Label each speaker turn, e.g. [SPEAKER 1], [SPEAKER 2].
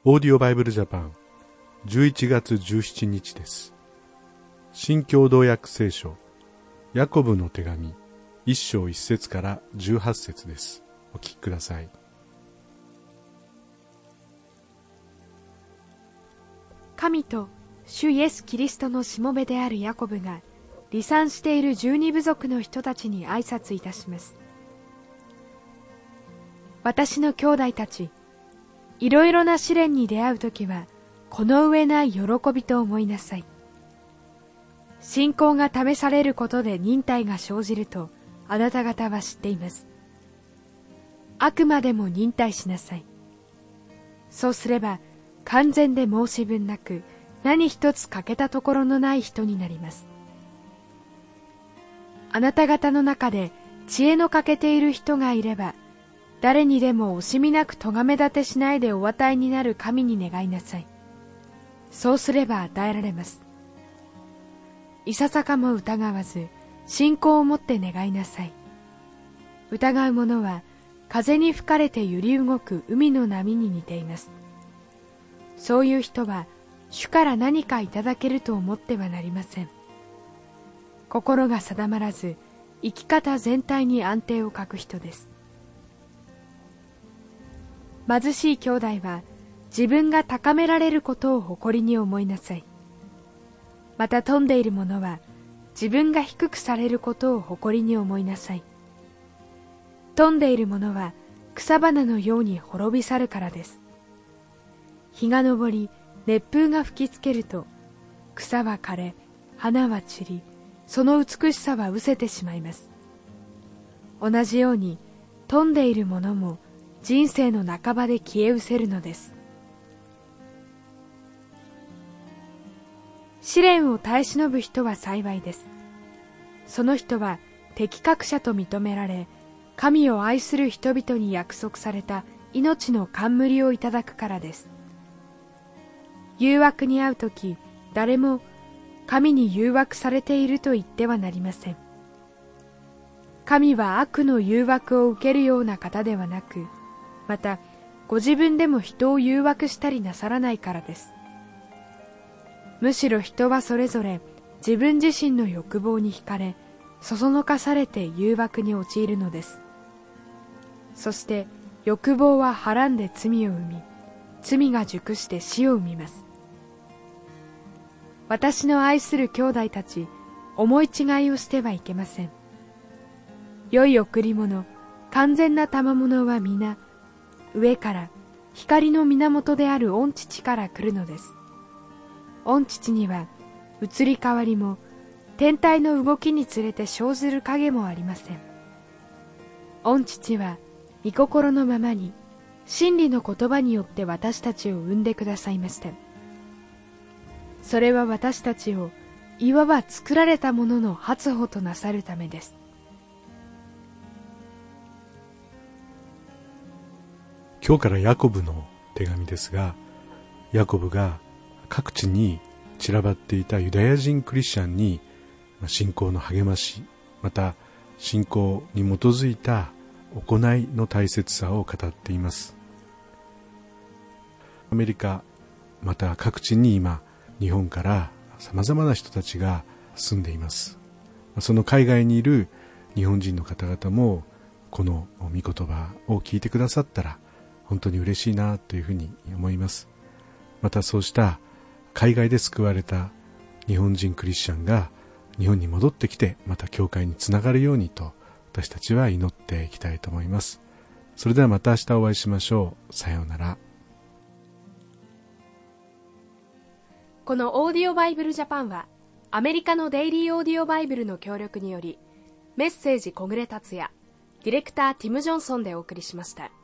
[SPEAKER 1] オーディオバイブルジャパン11月17日です。新共同訳聖書ヤコブの手紙1章1節から18節です。お聞きください。
[SPEAKER 2] 神と主イエス・キリストのしもべであるヤコブが離散している12部族の人たちに挨拶いたします。私の兄弟たち、いろいろな試練に出会うときはこの上ない喜びと思いなさい。信仰が試されることで忍耐が生じるとあなた方は知っています。あくまでも忍耐しなさい。そうすれば完全で申し分なく何一つ欠けたところのない人になります。あなた方の中で知恵の欠けている人がいれば、誰にでも惜しみなく咎め立てしないでお与えになる神に願いなさい。そうすれば与えられます。いささかも疑わず信仰を持って願いなさい。疑う者は風に吹かれて揺り動く海の波に似ています。そういう人は主から何かいただけると思ってはなりません。心が定まらず生き方全体に安定を欠く人です。貧しい兄弟は自分が高められることを誇りに思いなさい。また富んでいる者は自分が低くされることを誇りに思いなさい。富んでいる者は草花のように滅び去るからです。日が昇り熱風が吹きつけると草は枯れ花は散り、その美しさは失せてしまいます。同じように富んでいる者も人生の半ばで消え失せるのです。試練を耐え忍ぶ人は幸いです。その人は適格者と認められ、神を愛する人々に約束された命の冠をいただくからです。誘惑に遭うとき、誰も神に誘惑されていると言ってはなりません。神は悪の誘惑を受けるような方ではなく、またご自分でも人を誘惑したりなさらないからです。むしろ人はそれぞれ自分自身の欲望に惹かれ、そそのかされて誘惑に陥るのです。そして欲望ははらんで罪を生み、罪が熟して死を生みます。私の愛する兄弟たち、思い違いをしてはいけません。良い贈り物、完全な賜物は皆上から光の源である御父から来るのです。御父には移り変わりも天体の動きにつれて生ずる影もありません。御父は御心のままに真理の言葉によって私たちを生んでくださいました。それは私たちをいわば作られたものの初歩となさるためです。
[SPEAKER 1] 今日からヤコブの手紙ですが、ヤコブが各地に散らばっていたユダヤ人クリスチャンに信仰の励まし、また信仰に基づいた行いの大切さを語っています。アメリカ、また各地に今日本から様々な人たちが住んでいます。その海外にいる日本人の方々もこの御言葉を聞いてくださったら本当に嬉しいなというふうに思います。またそうした海外で救われた日本人クリスチャンが日本に戻ってきてまた教会につながるようにと私たちは祈っていきたいと思います。それではまた明日お会いしましょう。さようなら。
[SPEAKER 2] このオーディオバイブルジャパンはアメリカのデイリーオーディオバイブルの協力によりメッセージ小暮達也、ディレクターティム・ジョンソンでお送りしました。